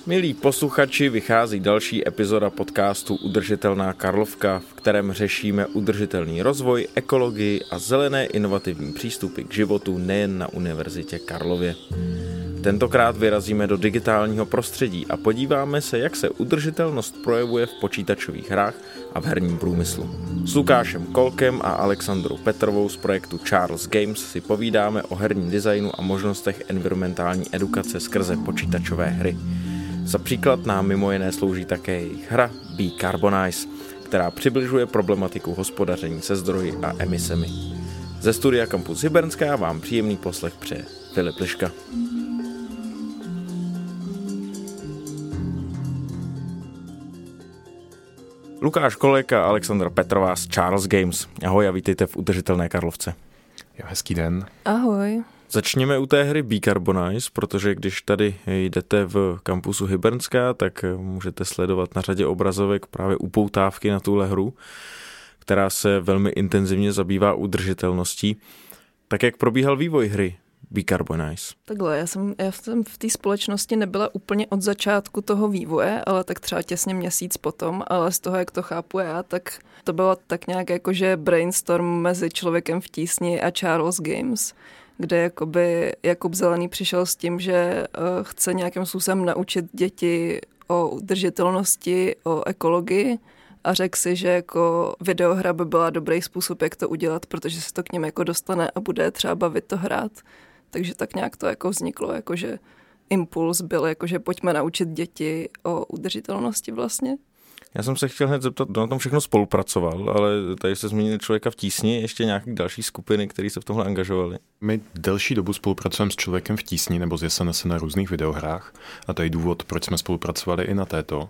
Milí posluchači, vychází další epizoda podcastu Udržitelná Karlovka, v kterém řešíme udržitelný rozvoj, ekologii a zelené inovativní přístupy k životu nejen na Univerzitě Karlově. Tentokrát vyrazíme do digitálního prostředí a podíváme se, jak se udržitelnost projevuje v počítačových hrách a v herním průmyslu. S Lukášem Kolkem a Alexandrou Petrovou z projektu Charles Games si povídáme o herním designu a možnostech environmentální edukace skrze počítačové hry. Za příklad nám mimo jiné slouží také jejich hra Decarbonize, která přibližuje problematiku hospodaření se zdroji a emisemi. Ze studia Campus Hybernská vám příjemný poslech přeje Filip Liška. Lukáš Kolek a Alexandra Petrová z Charles Games. Ahoj a vítejte v Udržitelné Karlovce. Jo, hezký den. Ahoj. Začněme u té hry Decarbonize, protože když tady jdete v kampusu Hybernská, tak můžete sledovat na řadě obrazovek právě upoutávky na tuhle hru, která se velmi intenzivně zabývá udržitelností. Tak jak probíhal vývoj hry Decarbonize? Takhle, já jsem v té společnosti nebyla úplně od začátku toho vývoje, ale tak třeba těsně měsíc potom, ale z toho, jak to chápu já, tak to bylo tak nějak jakože brainstorm mezi Člověkem v tísni a Charles Games, kde jakoby Jakub Zelený přišel s tím, že chce nějakým způsobem naučit děti o udržitelnosti, o ekologii a řekl si, že jako videohra by byla dobrý způsob, jak to udělat, protože se to k něm jako dostane a bude třeba bavit to hrát. Takže tak nějak to jako vzniklo, jakože impuls byl, jakože pojďme naučit děti o udržitelnosti vlastně. Já jsem se chtěl hned zeptat, kdo na tom všechno spolupracoval, ale tady se zmínil Člověka v tísni, ještě nějaké další skupiny, které se v tomhle angažovaly. My delší dobu spolupracujeme s Člověkem v tísni nebo s SNS na různých videohrách a to je důvod, proč jsme spolupracovali i na této.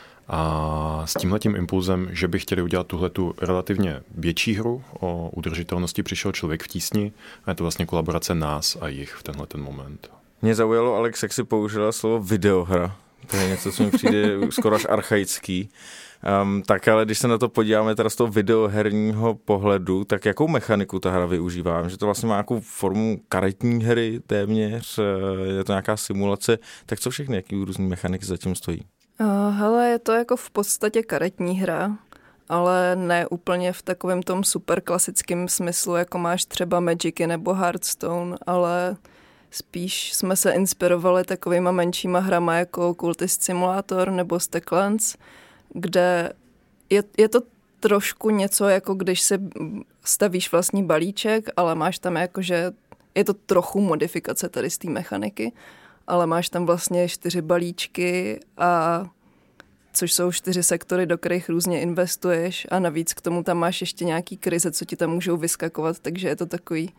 A s tímhletím impulzem, že by chtěli udělat tuhletu relativně větší hru o udržitelnosti, přišel Člověk v tísni a je to vlastně kolaborace nás a jich v tenhle ten moment. Mě zaujalo, Alex, jak si použila slovo videohra. To je něco, co mi přijde skoro až archaický. Tak ale když se na to podíváme teda z toho videoherního pohledu, tak jakou mechaniku ta hra využívá? Že to vlastně má nějakou formu karetní hry téměř, je to nějaká simulace, tak co všechny, jaký různý mechaniky zatím stojí? Hele, je to jako v podstatě karetní hra, ale ne úplně v takovém tom super klasickém smyslu, jako máš třeba Magicy nebo Hearthstone, ale spíš jsme se inspirovali takovýma menšíma hrama jako Cultist Simulator nebo Stacklands, kde je to trošku něco, jako když si stavíš vlastní balíček, ale máš tam jakože, je to trochu modifikace tady z té mechaniky, ale máš tam vlastně 4 balíčky, a což jsou 4 sektory, do kterých různě investuješ a navíc k tomu tam máš ještě nějaký krize, co ti tam můžou vyskakovat, takže je to takový...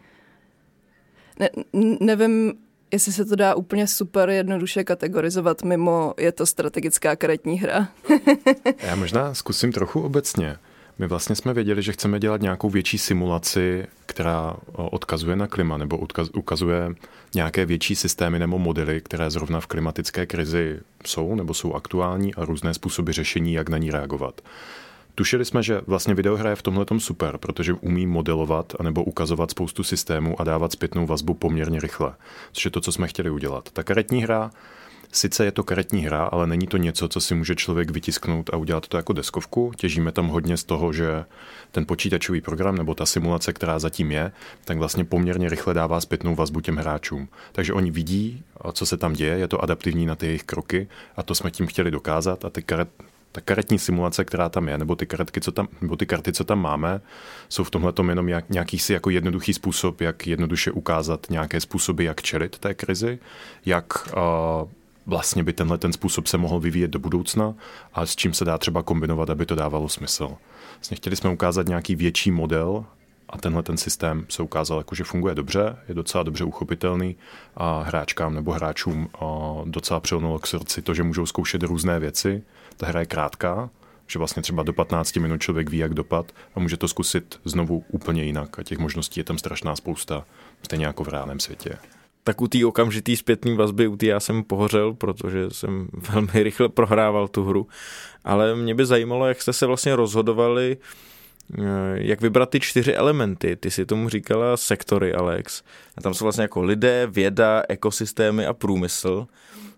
Nevím, jestli se to dá úplně super jednoduše kategorizovat, mimo je to strategická karetní hra. Já možná zkusím trochu obecně. My vlastně jsme věděli, že chceme dělat nějakou větší simulaci, která odkazuje na klima nebo ukazuje nějaké větší systémy nebo modely, které zrovna v klimatické krizi jsou nebo jsou aktuální a různé způsoby řešení, jak na ní reagovat. Tušili jsme, že vlastně videohra je v tomhletom super, protože umí modelovat anebo ukazovat spoustu systémů a dávat zpětnou vazbu poměrně rychle, což je to, co jsme chtěli udělat. Ta karetní hra, sice je to karetní hra, ale není to něco, co si může člověk vytisknout a udělat to jako deskovku. Těžíme tam hodně z toho, že ten počítačový program nebo ta simulace, která zatím je, tak vlastně poměrně rychle dává zpětnou vazbu těm hráčům. Takže oni vidí, co se tam děje, je to adaptivní na ty jejich kroky a to jsme tím chtěli dokázat a ta karetní simulace, která tam je, nebo ty karty, co tam máme, jsou v tomhletom jenom nějaký si jako jednoduchý způsob, jak jednoduše ukázat nějaké způsoby, jak čelit té krizi, jak vlastně by ten způsob se mohl vyvíjet do budoucna a s čím se dá třeba kombinovat, aby to dávalo smysl. Vlastně chtěli jsme ukázat nějaký větší model a ten systém se ukázal, jako, že funguje dobře, je docela dobře uchopitelný a hráčkám nebo hráčům docela přilnulo k srdci to, že můžou zkoušet různé věci. Ta hra je krátká, že vlastně třeba do 15 minut člověk ví, jak dopad a může to zkusit znovu úplně jinak a těch možností je tam strašná spousta, stejně jako v reálném světě. Tak u té okamžitý zpětné vazby, u té já jsem pohořel, protože jsem velmi rychle prohrával tu hru, ale mě by zajímalo, jak jste se vlastně rozhodovali, jak vybrat ty 4 elementy. Ty si tomu říkala sektory, Alex. A tam jsou vlastně jako lidé, věda, ekosystémy a průmysl.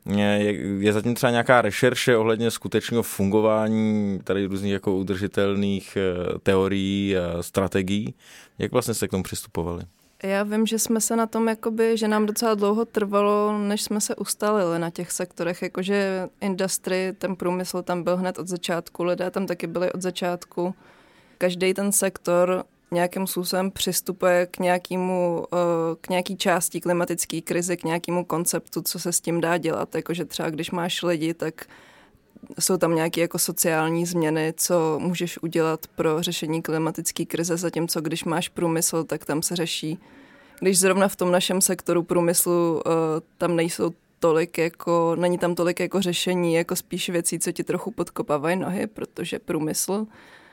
Je zatím třeba nějaká rešerše ohledně skutečného fungování tady různých jako udržitelných teorií a strategií? Jak vlastně jste k tomu přistupovali? Já vím, že jsme se na tom, jakoby, že nám docela dlouho trvalo, než jsme se ustalili na těch sektorech, jakože industry, ten průmysl tam byl hned od začátku, lidé tam taky byli od začátku. Každý ten sektor nějakým způsobem přistupuje k nějaký části klimatické krize, k nějakému konceptu, co se s tím dá dělat. Jakože třeba když máš lidi, tak jsou tam nějaké jako sociální změny, co můžeš udělat pro řešení klimatické krize, zatímco když máš průmysl, tak tam se řeší. Když zrovna v tom našem sektoru průmyslu tam není tam tolik jako řešení, jako spíš věcí, co ti trochu podkopávají nohy, protože průmysl.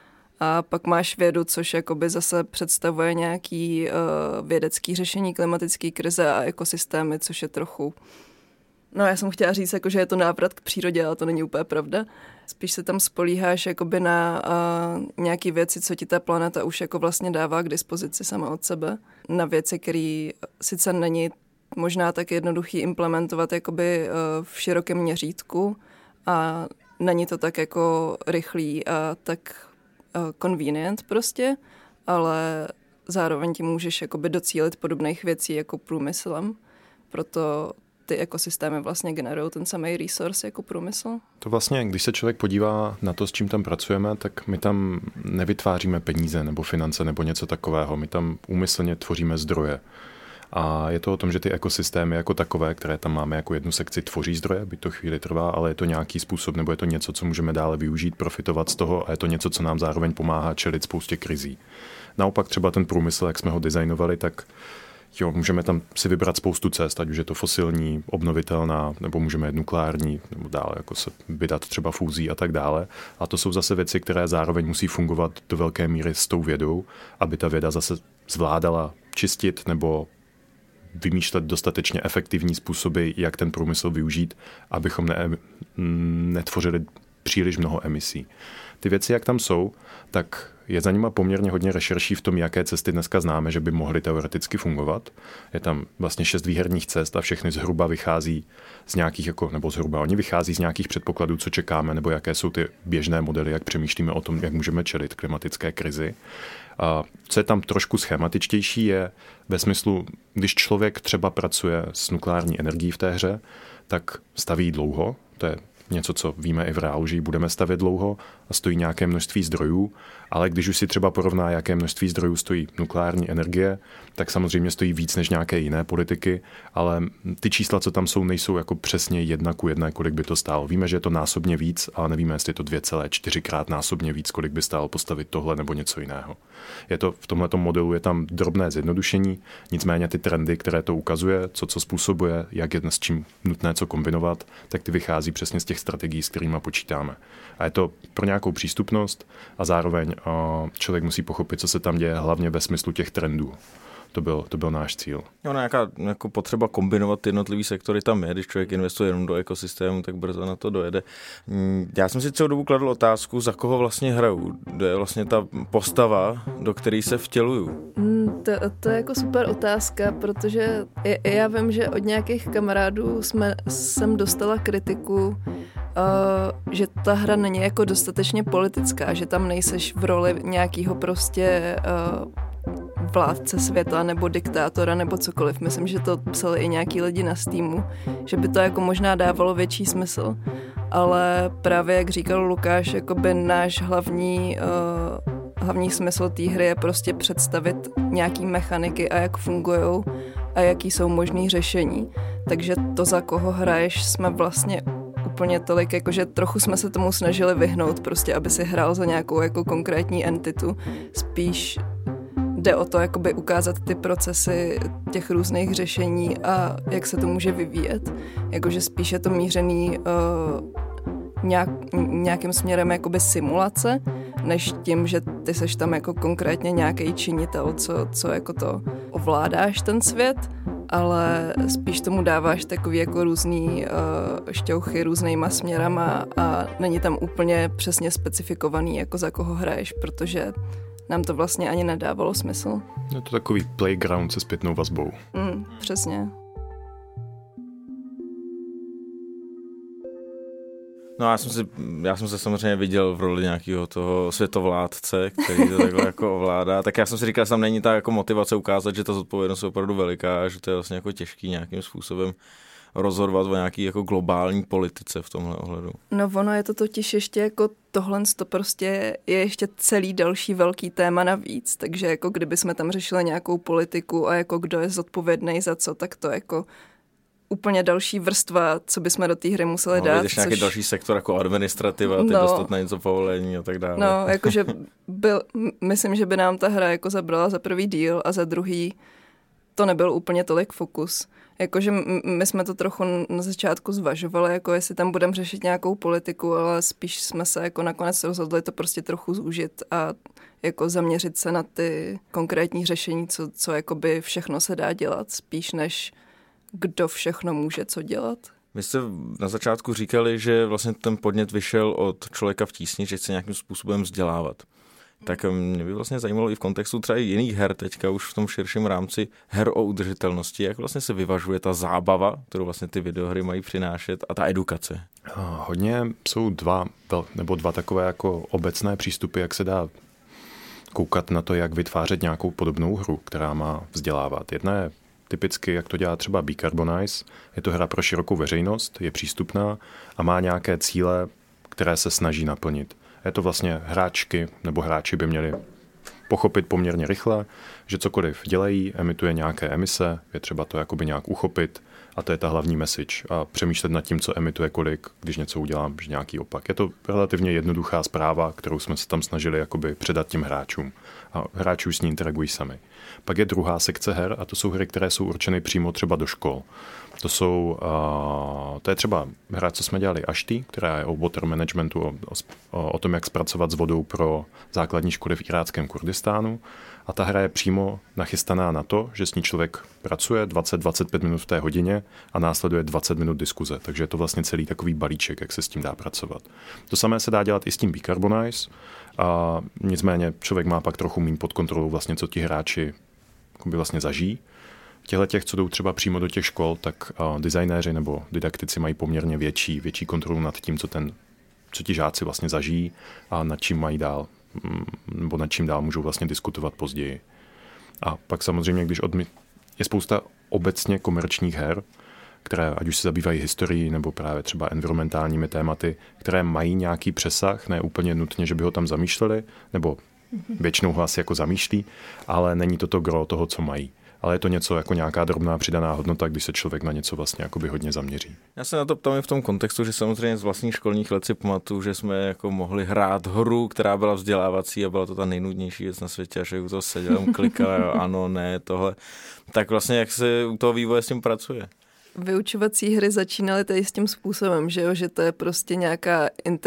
A pak máš vědu, což jakoby zase představuje nějaký vědecký řešení klimatické krize a ekosystémy, což je trochu... No já jsem chtěla říct, jako, že je to návrat k přírodě, ale to není úplně pravda. Spíš se tam spolíháš jakoby na nějaké věci, co ti ta planeta už jako vlastně dává k dispozici sama od sebe. Na věci, které sice není možná tak jednoduchý implementovat jakoby v širokém měřítku a není to tak jako rychlý a tak convenient prostě, ale zároveň tím můžeš jakoby docílit podobných věcí jako průmyslem. Proto ty ekosystémy vlastně generují ten samý resource jako průmysl. To vlastně, když se člověk podívá na to, s čím tam pracujeme, tak my tam nevytváříme peníze nebo finance nebo něco takového. My tam úmyslně tvoříme zdroje. A je to o tom, že ty ekosystémy jako takové, které tam máme jako jednu sekci, tvoří zdroje, byť to chvíli trvá, ale je to nějaký způsob, nebo je to něco, co můžeme dále využít, profitovat z toho a je to něco, co nám zároveň pomáhá čelit spoustě krizí. Naopak třeba ten průmysl, jak jsme ho designovali, tak jo, můžeme tam si vybrat spoustu cest, ať už je to fosilní, obnovitelná, nebo můžeme jít nukleární, nebo dále jako se vydat třeba fúzí a tak dále. A to jsou zase věci, které zároveň musí fungovat do velké míry s tou vědou, aby ta věda zase zvládala čistit nebo vymýšlet dostatečně efektivní způsoby, jak ten průmysl využít, abychom netvořili příliš mnoho emisí. Ty věci, jak tam jsou, tak je za nima poměrně hodně rešerší v tom, jaké cesty dneska známe, že by mohly teoreticky fungovat. Je tam vlastně 6 výherních cest a všechny zhruba vychází z nějakých, oni vychází z nějakých předpokladů, co čekáme, nebo jaké jsou ty běžné modely, jak přemýšlíme o tom, jak můžeme čelit klimatické krizi. A co je tam trošku schematičtější, je ve smyslu, když člověk třeba pracuje s nukleární energií v té hře, tak staví dlouho, to je něco, co víme i v reálu, že ji budeme stavět dlouho a stojí nějaké množství zdrojů, ale když už si třeba porovná, jaké množství zdrojů stojí nukleární energie, tak samozřejmě stojí víc než nějaké jiné politiky, ale ty čísla, co tam jsou, nejsou jako přesně 1:1, kolik by to stálo. Víme, že je to násobně víc, ale nevíme, jestli je to 2,4krát násobně víc, kolik by stálo postavit tohle nebo něco jiného. Je to v tomhletom modelu je tam drobné zjednodušení, nicméně ty trendy, které to ukazuje, co způsobuje, jak je s čím nutné co kombinovat, tak ty vychází přesně z těch strategií, s kterými počítáme. A je to pro nějakou přístupnost a zároveň člověk musí pochopit, co se tam děje, hlavně ve smyslu těch trendů. To byl náš cíl. Nějaká jako potřeba kombinovat jednotlivý sektory tam je, když člověk investuje jenom do ekosystému, tak brzo na to dojede. Já jsem si celou dobu kladl otázku, za koho vlastně hraju, kdo je vlastně ta postava, do které se vtěluju. To je jako super otázka, protože já vím, že od nějakých kamarádů jsem dostala kritiku, že ta hra není jako dostatečně politická, že tam nejseš v roli nějakého prostě vládce světa nebo diktátora nebo cokoliv. Myslím, že to psali i nějaký lidi na Steamu, že by to jako možná dávalo větší smysl, ale právě jak říkal Lukáš, jakoby náš hlavní smysl té hry je prostě představit nějaký mechaniky a jak fungujou a jaký jsou možný řešení. Takže to, za koho hraješ, jsme vlastně úplně tolik, jakože trochu jsme se tomu snažili vyhnout, prostě aby si hrál za nějakou jako konkrétní entitu. Spíš jde o to, jakoby ukázat ty procesy těch různých řešení a jak se to může vyvíjet. Jakože spíš je to mířený nějakým směrem jakoby simulace, než tím, že ty seš tam jako konkrétně nějaký činitel, co jako to ovládáš ten svět, ale spíš tomu dáváš takový jako různý šťouchy různýma směrama a není tam úplně přesně specifikovaný, jako za koho hraješ, protože nám to vlastně ani nedávalo smysl. Je to takový playground se zpětnou vazbou. Přesně. No já jsem se samozřejmě viděl v roli nějakého toho světovládce, který to takhle jako ovládá, tak já jsem si říkal, že tam není ta jako motivace ukázat, že ta zodpovědnost je opravdu veliká, že to je vlastně jako těžký nějakým způsobem rozhodovat o nějaký jako globální politice v tomhle ohledu. No ono je to totiž ještě jako tohle to prostě je ještě celý další velký téma navíc, takže jako kdyby jsme tam řešili nějakou politiku a jako kdo je zodpovědný za co, tak to jako úplně další vrstva, co bychom do té hry museli dát. Když nějaký další sektor jako administrativa, teď dostat na něco povolení a tak dále. No, jakože myslím, že by nám ta hra jako zabrala za prvý díl a za druhý to nebyl úplně tolik fokus. Jakože my jsme to trochu na začátku zvažovali, jako jestli tam budeme řešit nějakou politiku, ale spíš jsme se jako nakonec rozhodli to prostě trochu zúžit a jako zaměřit se na ty konkrétní řešení, co jakoby všechno se dá dělat, spíš než kdo všechno může co dělat. Vy jste na začátku říkali, že vlastně ten podnět vyšel od Člověka v tísni, že chce nějakým způsobem vzdělávat. Tak mě by vlastně zajímalo i v kontextu třeba i jiných her teďka už v tom širším rámci her o udržitelnosti, jak vlastně se vyvažuje ta zábava, kterou vlastně ty videohry mají přinášet, a ta edukace. Hodně jsou dva takové jako obecné přístupy, jak se dá koukat na to, jak vytvářet nějakou podobnou hru, která má vzdělávat. Jedna je typicky, jak to dělá třeba Bicarbonize. Je to hra pro širokou veřejnost, je přístupná a má nějaké cíle, které se snaží naplnit. Je to vlastně hráči by měli pochopit poměrně rychle, že cokoliv dělají, emituje nějaké emise, je třeba to jakoby nějak uchopit a to je ta hlavní message a přemýšlet nad tím, co emituje kolik, když něco udělám, že nějaký opak. Je to relativně jednoduchá zpráva, kterou jsme se tam snažili jakoby předat těm hráčům a hráči už s ní interagují sami. Pak je druhá sekce her a to jsou hry, které jsou určeny přímo třeba do škol. To je třeba hra, co jsme dělali Ashti, která je o water managementu, o tom, jak zpracovat s vodou pro základní školy v iráckém Kurdistánu. A ta hra je přímo nachystaná na to, že s ní člověk pracuje 20-25 minut v té hodině a následuje 20 minut diskuze. Takže je to vlastně celý takový balíček, jak se s tím dá pracovat. To samé se dá dělat i s tím Bicarbonize. A nicméně člověk má pak trochu méně pod kontrolou vlastně, co ti hráči vlastně zažijí. Těch, co jdou třeba přímo do těch škol, tak designéři nebo didaktici mají poměrně větší kontrolu nad tím, co ti žáci vlastně zažijí a nad čím mají dál, nebo nad čím dál můžou vlastně diskutovat později. A pak samozřejmě, je spousta obecně komerčních her, které ať už se zabývají historií nebo právě třeba environmentálními tématy, které mají nějaký přesah, ne úplně nutně, že by ho tam zamýšleli, nebo většinou ho asi jako zamýšlí, ale není to gro toho, co mají. Ale je to něco jako nějaká drobná přidaná hodnota, když se člověk na něco vlastně jakoby hodně zaměří. Já se na to ptám i v tom kontextu, že samozřejmě z vlastních školních let si pamatuju, že jsme jako mohli hrát hru, která byla vzdělávací a byla to ta nejnudnější věc na světě, a že u toho seděl, klikal, ano, ne, tohle. Tak vlastně jak se u toho vývoje s tím pracuje? Vyučovací hry začínaly tady s tím způsobem, že to je prostě nějaká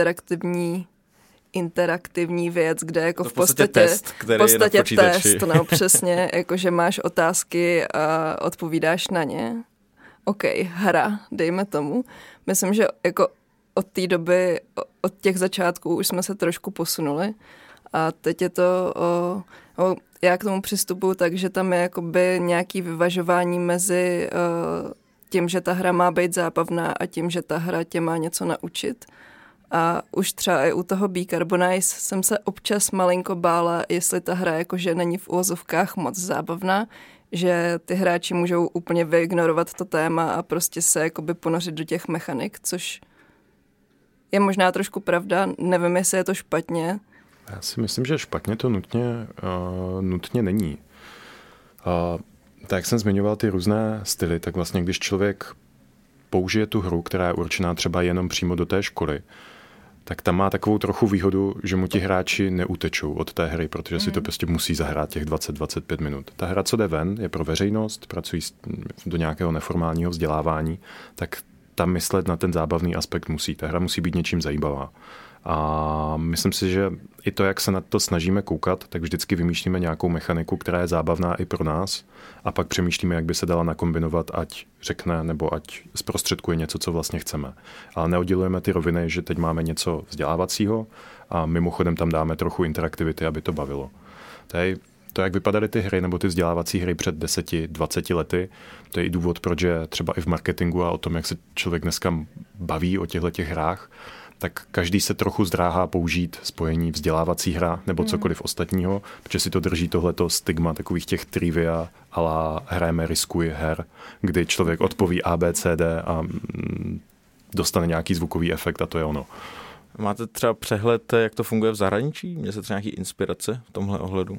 interaktivní věc, kde jako v podstatě test, který je na počítači. No přesně, jakože máš otázky a odpovídáš na ně. OK, hra, dejme tomu. Myslím, že jako od té doby, od těch začátků už jsme se trošku posunuli a teď je to, já k tomu přistupuji tak, že tam je jakoby nějaký vyvažování mezi tím, že ta hra má být zábavná a tím, že ta hra tě má něco naučit. A už třeba i u toho Bicarbonize jsem se občas malinko bála, jestli ta hra jakože není v uvozovkách moc zábavná, že ty hráči můžou úplně vyignorovat to téma a prostě se jakoby ponořit do těch mechanik, což je možná trošku pravda, nevím, jestli je to špatně. Já si myslím, že špatně to nutně není. Tak jak jsem zmiňoval ty různé styly, tak vlastně když člověk použije tu hru, která je určená třeba jenom přímo do té školy, tak tam má takovou trochu výhodu, že mu ti hráči neutečou od té hry, protože si to prostě musí zahrát těch 20-25 minut. Ta hra, co jde ven, je pro veřejnost, pracují do nějakého neformálního vzdělávání, tak tam myslet na ten zábavný aspekt musí. Ta hra musí být něčím zajímavá. A myslím si, že i to, jak se na to snažíme koukat, tak vždycky vymýšlíme nějakou mechaniku, která je zábavná i pro nás a pak přemýšlíme, jak by se dala nakombinovat, ať řekne nebo ať zprostředkuje něco, co vlastně chceme. Ale neoddělujeme ty roviny, že teď máme něco vzdělávacího a mimochodem tam dáme trochu interaktivity, aby to bavilo. To, jak vypadaly ty hry nebo ty vzdělávací hry před 10-20 lety, to je i důvod, proč je třeba i v marketingu a o tom, jak se člověk dneska baví o těchto hrách, tak každý se trochu zdráhá použít spojení vzdělávací hra nebo cokoliv ostatního, protože si to drží tohleto stigma takových těch trivia a la hrajeme, riskuj her, kdy člověk odpoví A, B, C, D a dostane nějaký zvukový efekt a to je ono. Máte třeba přehled, jak to funguje v zahraničí? Měl se třeba nějaký inspirace v tomhle ohledu?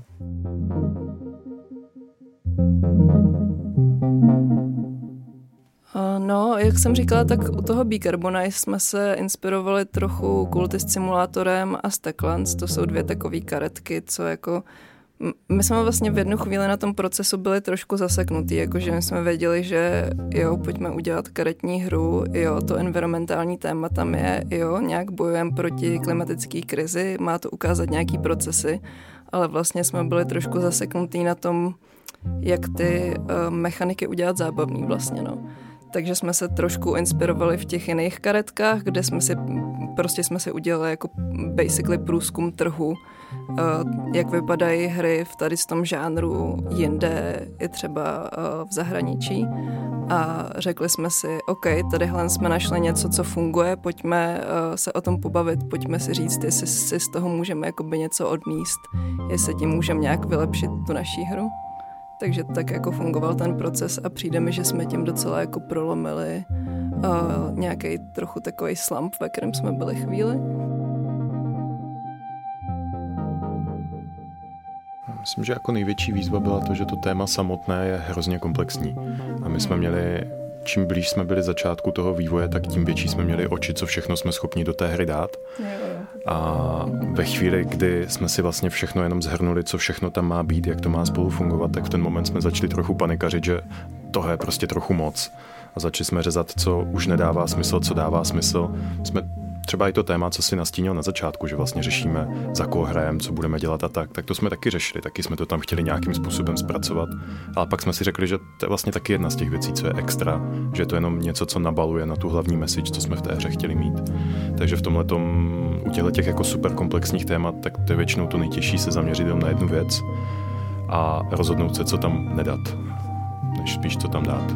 No, jak jsem říkala, tak u toho Bicarbonize jsme se inspirovali trochu Cultist simulátorem a Stacklands. To jsou 2 takové karetky, co jako... My jsme vlastně v jednu chvíli na tom procesu byli trošku zaseknutí, jakože my jsme věděli, že jo, pojďme udělat karetní hru, jo, to environmentální téma tam je, jo, nějak bojujeme proti klimatické krizi, má to ukázat nějaký procesy, ale vlastně jsme byli trošku zaseknutí na tom, jak ty mechaniky udělat zábavný vlastně, no. Takže jsme se trošku inspirovali v těch jiných karetkách, kde jsme si udělali jako basically průzkum trhu, jak vypadají hry v tady z tom žánru jinde, i třeba v zahraničí. A řekli jsme si, OK, tadyhle jsme našli něco, co funguje, pojďme se o tom pobavit, pojďme si říct, jestli si z toho můžeme jakoby něco odníst, jestli tím můžeme nějak vylepšit tu naší hru. Takže tak jako fungoval ten proces a přijde mi, že jsme tím docela jako prolomili nějaký trochu takový slump, ve kterém jsme byli chvíli. Myslím, že jako největší výzva byla to, že to téma samotné je hrozně komplexní. A my jsme měli, čím blíž jsme byli začátku toho vývoje, tak tím větší jsme měli oči, co všechno jsme schopni do té hry dát. A ve chvíli, kdy jsme si vlastně všechno jenom zhrnuli, co všechno tam má být, jak to má spolu fungovat, tak v ten moment jsme začali trochu panikařit, že toho je prostě trochu moc. A začali jsme řezat, co už nedává smysl, co dává smysl. Jsme třeba i to téma, co si nastínil na začátku, že vlastně řešíme, za koho hrajeme, co budeme dělat a tak to jsme taky řešili, taky jsme to tam chtěli nějakým způsobem zpracovat. Ale pak jsme si řekli, že to je vlastně taky jedna z těch věcí, co je extra, že je to jenom něco, co nabaluje na tu hlavní message, co jsme v té hře chtěli mít. Takže v tomhletom u těch jako super komplexních témat, tak to je většinou to nejtěžší se zaměřit jenom na jednu věc a rozhodnout se, co tam nedat, než spíš co tam dát.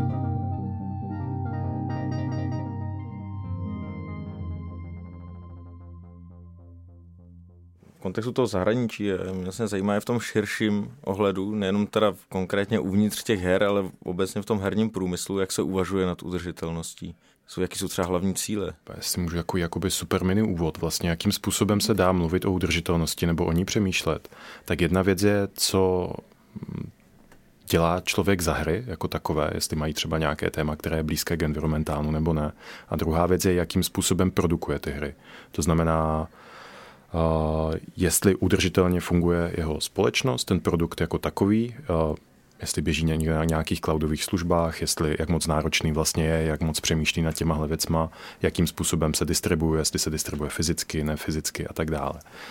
V kontextu toho zahraničí mě vlastně zajímá je v tom širším ohledu, nejenom teda konkrétně uvnitř těch her, ale obecně v tom herním průmyslu, jak se uvažuje nad udržitelností. Jaký jsou třeba hlavní cíle? Jestli můžu jakoby super mini úvod, vlastně jakým způsobem se dá mluvit o udržitelnosti nebo o ní přemýšlet. Tak jedna věc je, co dělá člověk za hry jako takové, jestli mají třeba nějaké téma, které je blízké k environmentálu nebo ne. A druhá věc je, jakým způsobem produkuje ty hry. To znamená, jestli udržitelně funguje jeho společnost, ten produkt jako takový, jestli běží na nějakých cloudových službách, jak moc náročný vlastně je, jak moc přemýšlí nad těmahle věcma, jakým způsobem se distribuje, jestli se distribuje fyzicky, nefyzicky a tak dále.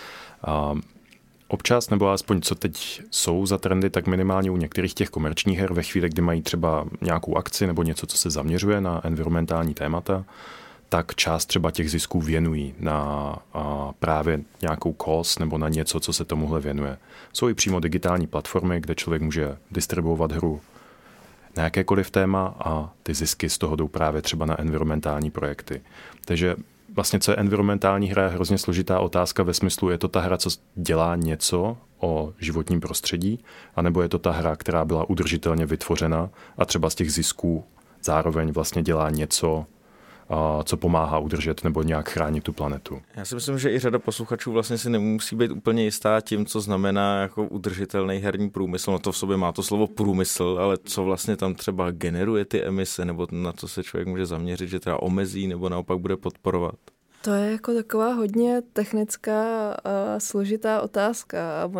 Občas, nebo alespoň co teď jsou za trendy, tak minimálně u některých těch komerčních her ve chvíli, kdy mají třeba nějakou akci nebo něco, co se zaměřuje na environmentální témata, tak část třeba těch zisků věnují na právě nějakou cause nebo na něco, co se tomuhle věnuje. Jsou i přímo digitální platformy, kde člověk může distribuovat hru na jakékoliv téma a ty zisky z toho jdou právě třeba na environmentální projekty. Takže vlastně, co je environmentální hra, je hrozně složitá otázka ve smyslu, je to ta hra, co dělá něco o životním prostředí, anebo je to ta hra, která byla udržitelně vytvořena a třeba z těch zisků zároveň vlastně dělá něco, co pomáhá udržet nebo nějak chránit tu planetu. Já si myslím, že i řada posluchačů vlastně si nemusí být úplně jistá tím, co znamená jako udržitelný herní průmysl. No to v sobě má to slovo průmysl, ale co vlastně tam třeba generuje ty emise, nebo na co se člověk může zaměřit, že teda omezí nebo naopak bude podporovat. To je jako taková hodně technická a složitá otázka a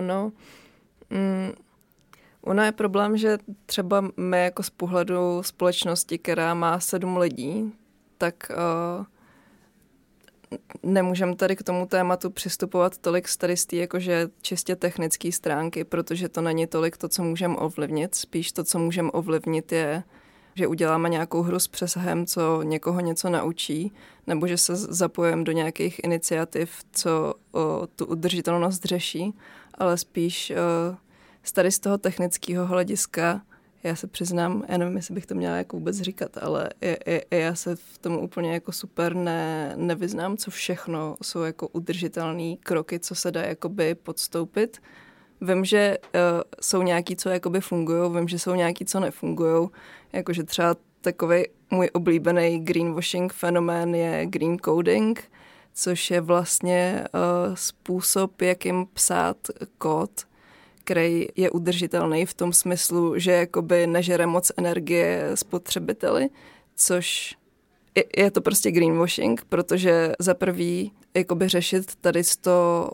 ono je problém, že třeba my jako z pohledu společnosti, která má 7 lidí, tak nemůžeme tady k tomu tématu přistupovat tolik z té jakože čistě technické stránky, protože to není tolik to, co můžeme ovlivnit. Spíš to, co můžeme ovlivnit, je, že uděláme nějakou hru s přesahem, co někoho něco naučí, nebo že se zapojíme do nějakých iniciativ, co tu udržitelnost řeší, ale spíš z toho technického hlediska já se přiznám, já nevím, jestli bych to měla jako vůbec říkat, ale já se v tom úplně jako super nevyznám, co všechno jsou jako udržitelné kroky, co se dá jakoby podstoupit. Vím, že jsou nějaký, co jakoby fungujou, vím, že jsou nějaký, co nefungujou, jakože třeba takový můj oblíbený greenwashing fenomén je green coding, což je vlastně způsob, jakým psát kód, který je udržitelný v tom smyslu, že jakoby nežere moc energie spotřebiteli, což je to prostě greenwashing, protože za prvý jakoby řešit tady to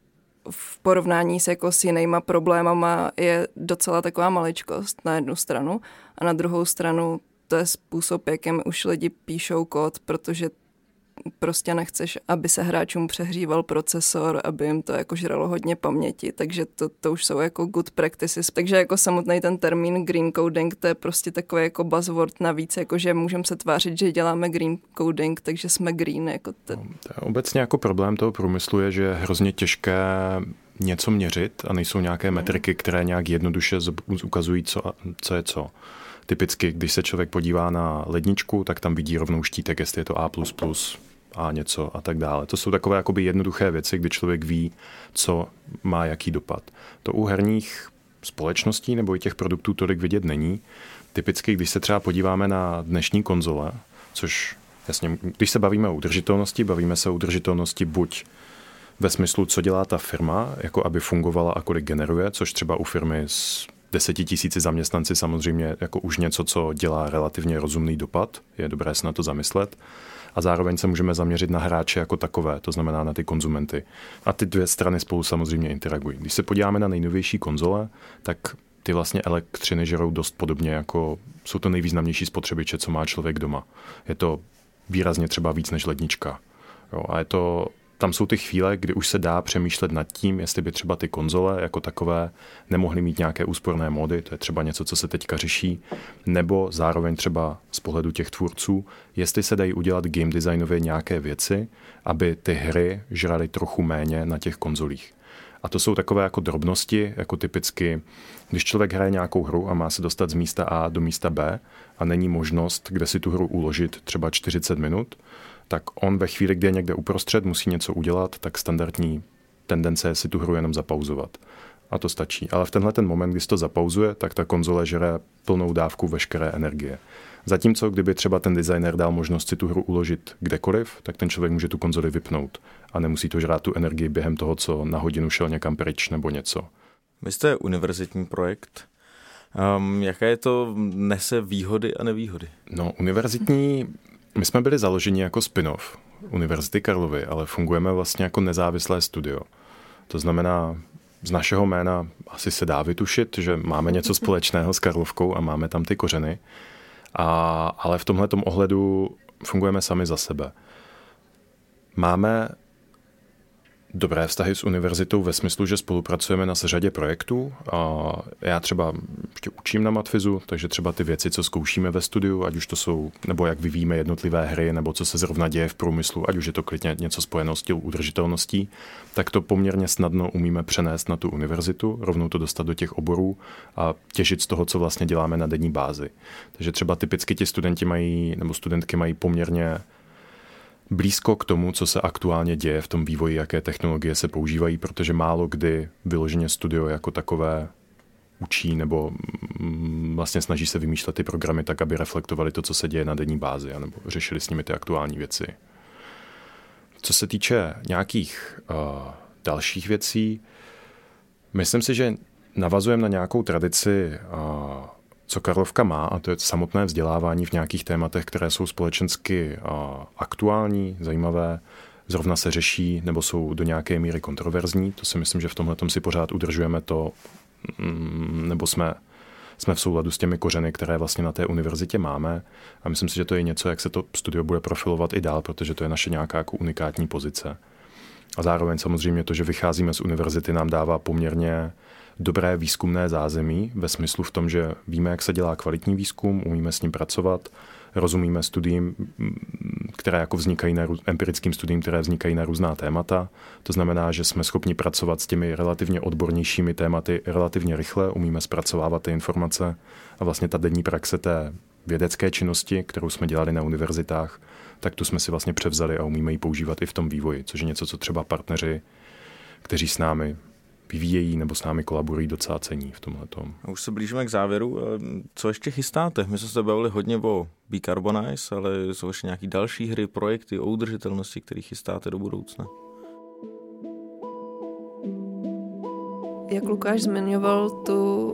v porovnání s jinýma problémama je docela taková maličkost na jednu stranu a na druhou stranu to je způsob, jakým už lidi píšou kód, protože prostě nechceš, aby se hráčům přehříval procesor, aby jim to jako žralo hodně paměti, takže to už jsou jako good practices. Takže jako samotný ten termín green coding, to je prostě takový jako buzzword navíc, jako že můžeme se tvářit, že děláme green coding, takže jsme green. Jako Obecně jako problém toho průmyslu je, že je hrozně těžké něco měřit a nejsou nějaké metriky, které nějak jednoduše ukazují, co je co. Typicky, když se člověk podívá na ledničku, tak tam vidí rovnou štítek, jestli je to A++, A něco a tak dále. To jsou takové jakoby jednoduché věci, kdy člověk ví, co má jaký dopad. To u herních společností nebo i těch produktů tolik vidět není. Typicky, když se třeba podíváme na dnešní konzole, což jasně, když se bavíme o udržitelnosti, bavíme se o udržitelnosti buď ve smyslu, co dělá ta firma, jako aby fungovala a kolik generuje, což třeba u firmy s 10 000 zaměstnanci samozřejmě jako už něco, co dělá relativně rozumný dopad, je dobré se na to zamyslet. A zároveň se můžeme zaměřit na hráče jako takové, to znamená na ty konzumenty. A ty dvě strany spolu samozřejmě interagují. Když se podíváme na nejnovější konzole, tak ty vlastně elektřiny žerou dost podobně, jako jsou to nejvýznamnější spotřebiče, co má člověk doma. Je to výrazně třeba víc než lednička. Jo, a tam jsou ty chvíle, kdy už se dá přemýšlet nad tím, jestli by třeba ty konzole jako takové nemohly mít nějaké úsporné módy, to je třeba něco, co se teďka řeší, nebo zároveň třeba z pohledu těch tvůrců, jestli se dají udělat game designově nějaké věci, aby ty hry žraly trochu méně na těch konzolích. A to jsou takové jako drobnosti, jako typicky, když člověk hraje nějakou hru a má se dostat z místa A do místa B a není možnost, kde si tu hru uložit třeba 40 minut, tak on ve chvíli, kdy je někde uprostřed, musí něco udělat, tak standardní tendence je si tu hru jenom zapauzovat. A to stačí. Ale v tenhle ten moment, kdy se to zapauzuje, tak ta konzole žere plnou dávku veškeré energie. Zatímco, kdyby třeba ten designer dal možnost si tu hru uložit kdekoliv, tak ten člověk může tu konzoli vypnout a nemusí to žrát tu energii během toho, co na hodinu šel někam pryč nebo něco. Vy jste univerzitní projekt. Jaké to nese výhody a nevýhody? No, my jsme byli založeni jako spin-off Univerzity Karlovy, ale fungujeme vlastně jako nezávislé studio. To znamená, z našeho jména asi se dá vytušit, že máme něco společného s Karlovkou a máme tam ty kořeny, ale v tomhletom ohledu fungujeme sami za sebe. Máme dobré vztahy s univerzitou ve smyslu, že spolupracujeme na řadě projektů. A já třeba ještě učím na Matfizu, takže třeba ty věci, co zkoušíme ve studiu, ať už to jsou, nebo jak vyvíjíme jednotlivé hry, nebo co se zrovna děje v průmyslu, ať už je to klidně něco spojeno s tím udržitelností, tak to poměrně snadno umíme přenést na tu univerzitu, rovnou to dostat do těch oborů a těžit z toho, co vlastně děláme na denní bázi. Takže třeba typicky ti studenti nebo studentky mají poměrně blízko k tomu, co se aktuálně děje v tom vývoji, jaké technologie se používají, protože málo kdy vyloženě studio jako takové učí nebo vlastně snaží se vymýšlet ty programy tak, aby reflektovali to, co se děje na denní bázi, nebo řešili s nimi ty aktuální věci. Co se týče nějakých dalších věcí, myslím si, že navazujeme na nějakou tradici, co Karlovka má, a to je samotné vzdělávání v nějakých tématech, které jsou společensky aktuální, zajímavé, zrovna se řeší nebo jsou do nějaké míry kontroverzní. To si myslím, že v tomhletom si pořád udržujeme to, nebo jsme v souladu s těmi kořeny, které vlastně na té univerzitě máme. A myslím si, že to je něco, jak se to studio bude profilovat i dál, protože to je naše nějaká jako unikátní pozice. A zároveň samozřejmě to, že vycházíme z univerzity, nám dává poměrně dobré výzkumné zázemí ve smyslu v tom, že víme, jak se dělá kvalitní výzkum, umíme s ním pracovat, rozumíme studiím, které jako vznikají empirickým studiím, které vznikají na různá témata. To znamená, že jsme schopni pracovat s těmi relativně odbornějšími tématy relativně rychle, umíme zpracovávat ty informace a vlastně ta denní praxe té vědecké činnosti, kterou jsme dělali na univerzitách, tak tu jsme si vlastně převzali a umíme ji používat i v tom vývoji, což je něco, co třeba partneři, kteří s námi vyvíjejí nebo s námi kolaborují, docela cení v tomhletom. A už se blížíme k závěru. Co ještě chystáte? My jsme se bavili hodně o Becarbonize, ale jsou ještě nějaké další hry, projekty o udržitelnosti, které chystáte do budoucna? Jak Lukáš zmiňoval tu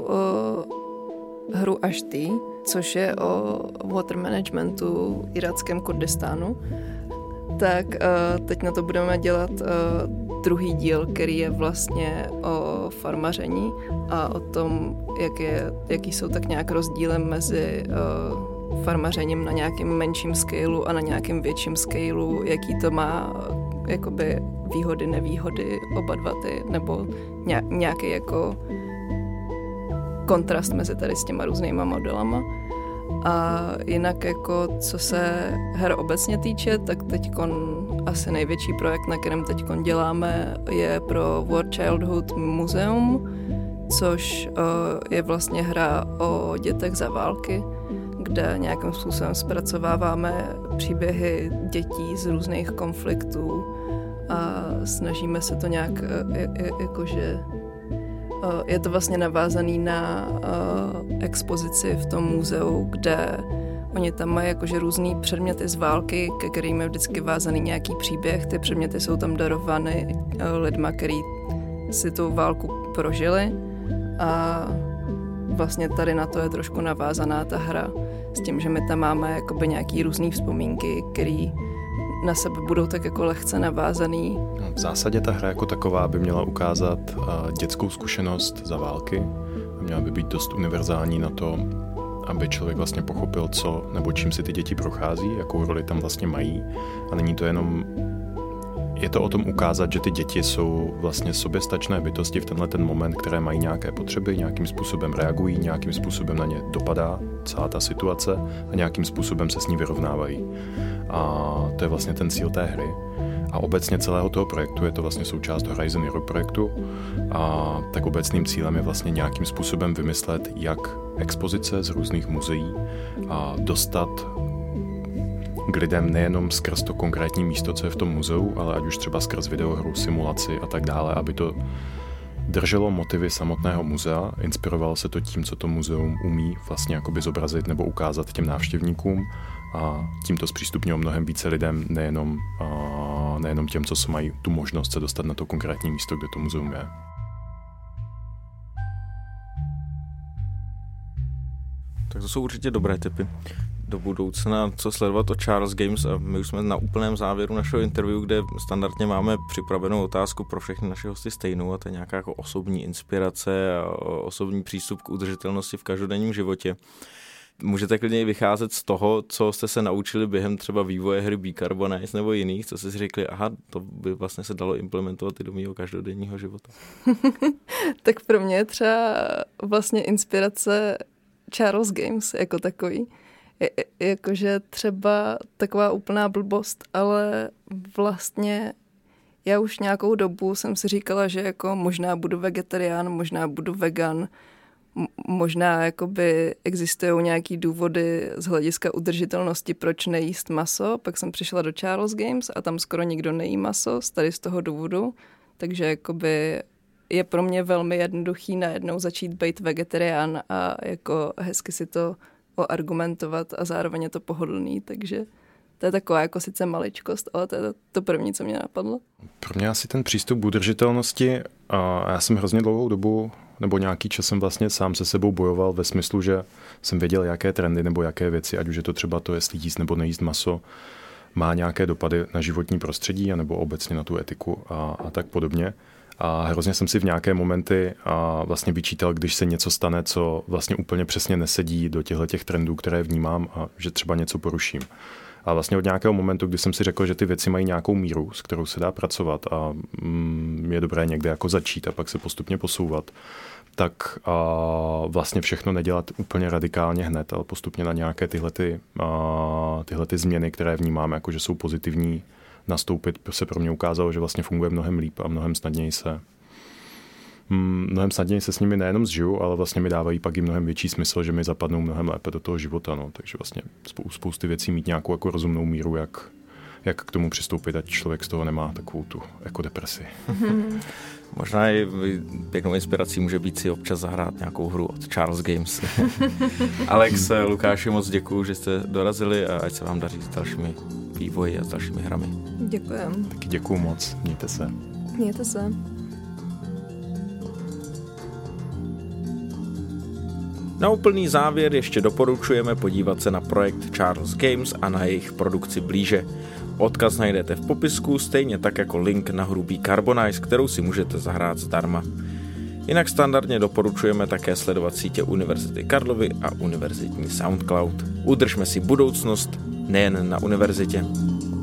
hru Ashty, což je o water managementu v iráckém Kurdistánu, tak teď na to budeme dělat druhý díl, který je vlastně o farmaření a o tom, jaký jsou tak nějak rozdíly mezi farmařením na nějakém menším scaleu a na nějakém větším scaleu, jaký to má jakoby výhody, nevýhody, oba dva ty, nebo nějaký jako kontrast mezi tady s těma různýma modelama. A jinak jako co se her obecně týče, tak teďkon asi největší projekt, na kterém teďkon děláme, je pro War Childhood Museum, což je vlastně hra o dětech za války, kde nějakým způsobem zpracováváme příběhy dětí z různých konfliktů a snažíme se to nějak jakože je to vlastně navázaný na expozici v tom muzeu, kde oni tam mají jakože různý předměty z války, ke kterým je vždycky vázaný nějaký příběh. Ty předměty jsou tam darovány lidma, kteří si tu válku prožili a vlastně tady na to je trošku navázaná ta hra s tím, že my tam máme jakoby nějaký různý vzpomínky, který na sebe budou tak jako lehce navázaný. V zásadě ta hra jako taková by měla ukázat dětskou zkušenost za války a měla by být dost univerzální na to, aby člověk vlastně pochopil, co nebo čím si ty děti prochází, jakou roli tam vlastně mají. A není to jenom, je to o tom ukázat, že ty děti jsou vlastně soběstačné bytosti v tenhle ten moment, které mají nějaké potřeby, nějakým způsobem reagují, nějakým způsobem na ně dopadá celá ta situace a nějakým způsobem se s ní vyrovnávají. A to je vlastně ten cíl té hry. A obecně celého toho projektu, je to vlastně součást Horizon Europe projektu, a tak obecným cílem je vlastně nějakým způsobem vymyslet, jak expozice z různých muzeí a dostat k lidem nejenom skrz to konkrétní místo, co je v tom muzeu, ale ať už třeba skrz videohru, simulaci a tak dále, aby to drželo motivy samotného muzea, inspirovalo se to tím, co to muzeum umí vlastně jakoby zobrazit nebo ukázat těm návštěvníkům a tím to zpřístupnilo mnohem více lidem, nejenom těm, co mají tu možnost se dostat na to konkrétní místo, kde to muzeum je. Tak to jsou určitě dobré tipy do budoucna, co sledovat o Charles Games. A my už jsme na úplném závěru našeho interview, kde standardně máme připravenou otázku pro všechny naše hosty stejnou, a to je nějaká jako osobní inspirace a osobní přístup k udržitelnosti v každodenním životě. Můžete klidně vycházet z toho, co jste se naučili během třeba vývoje hry Becarbonize nebo jiných, co jste si řekli, aha, to by vlastně se dalo implementovat i do mého každodenního života. Tak pro mě je třeba vlastně inspirace Charles Games jako takový. Jakože třeba taková úplná blbost, ale vlastně já už nějakou dobu jsem si říkala, že jako možná budu vegetarián, možná budu vegan, možná jakoby existují nějaký důvody z hlediska udržitelnosti, proč nejíst maso. Pak jsem přišla do Charles Games a tam skoro nikdo nejí maso z toho důvodu, takže jakoby je pro mě velmi jednoduchý najednou začít být vegetarián a jako hezky si to oargumentovat a zároveň je to pohodlný, takže to je taková jako sice maličkost, ale to je to první, co mě napadlo. Pro mě asi ten přístup udržitelnosti, a já jsem hrozně dlouhou dobu nebo nějaký čas jsem vlastně sám se sebou bojoval ve smyslu, že jsem věděl, jaké trendy nebo jaké věci, ať už je to třeba to, jestli jíst nebo nejíst maso, má nějaké dopady na životní prostředí anebo obecně na tu etiku a tak podobně. A hrozně jsem si v nějaké momenty vlastně vyčítal, když se něco stane, co vlastně úplně přesně nesedí do těchto trendů, které vnímám a že třeba něco poruším. A vlastně od nějakého momentu, kdy jsem si řekl, že ty věci mají nějakou míru, s kterou se dá pracovat a je dobré někde jako začít a pak se postupně posouvat, tak vlastně všechno nedělat úplně radikálně hned, ale postupně na nějaké tyhle změny, které vnímáme, jako že jsou pozitivní, nastoupit, se pro mě ukázalo, že vlastně funguje mnohem líp a mnohem snadněji se s nimi nejenom zžiju, ale vlastně mi dávají pak i mnohem větší smysl, že mi zapadnou mnohem lépe do toho života. No. Takže vlastně spousty věcí mít nějakou jako rozumnou míru, jak k tomu přistoupit, ať člověk z toho nemá takovou tu jako depresi. Možná i pěknou inspirací může být si občas zahrát nějakou hru od Charles Games. Alex, Lukáši, moc děkuju, že jste dorazili a ať se vám daří s dalšími vývoji a s dalšími hrami. Děkujem. Taky děkuju moc. Mějte se. Mějte se. Na úplný závěr ještě doporučujeme podívat se na projekt Charles Games a na jejich produkci blíže. Odkaz najdete v popisku, stejně tak jako link na hru Carbonize, kterou si můžete zahrát zdarma. Jinak standardně doporučujeme také sledovat sítě Univerzity Karlovy a univerzitní SoundCloud. Udržme si budoucnost nejen na univerzitě.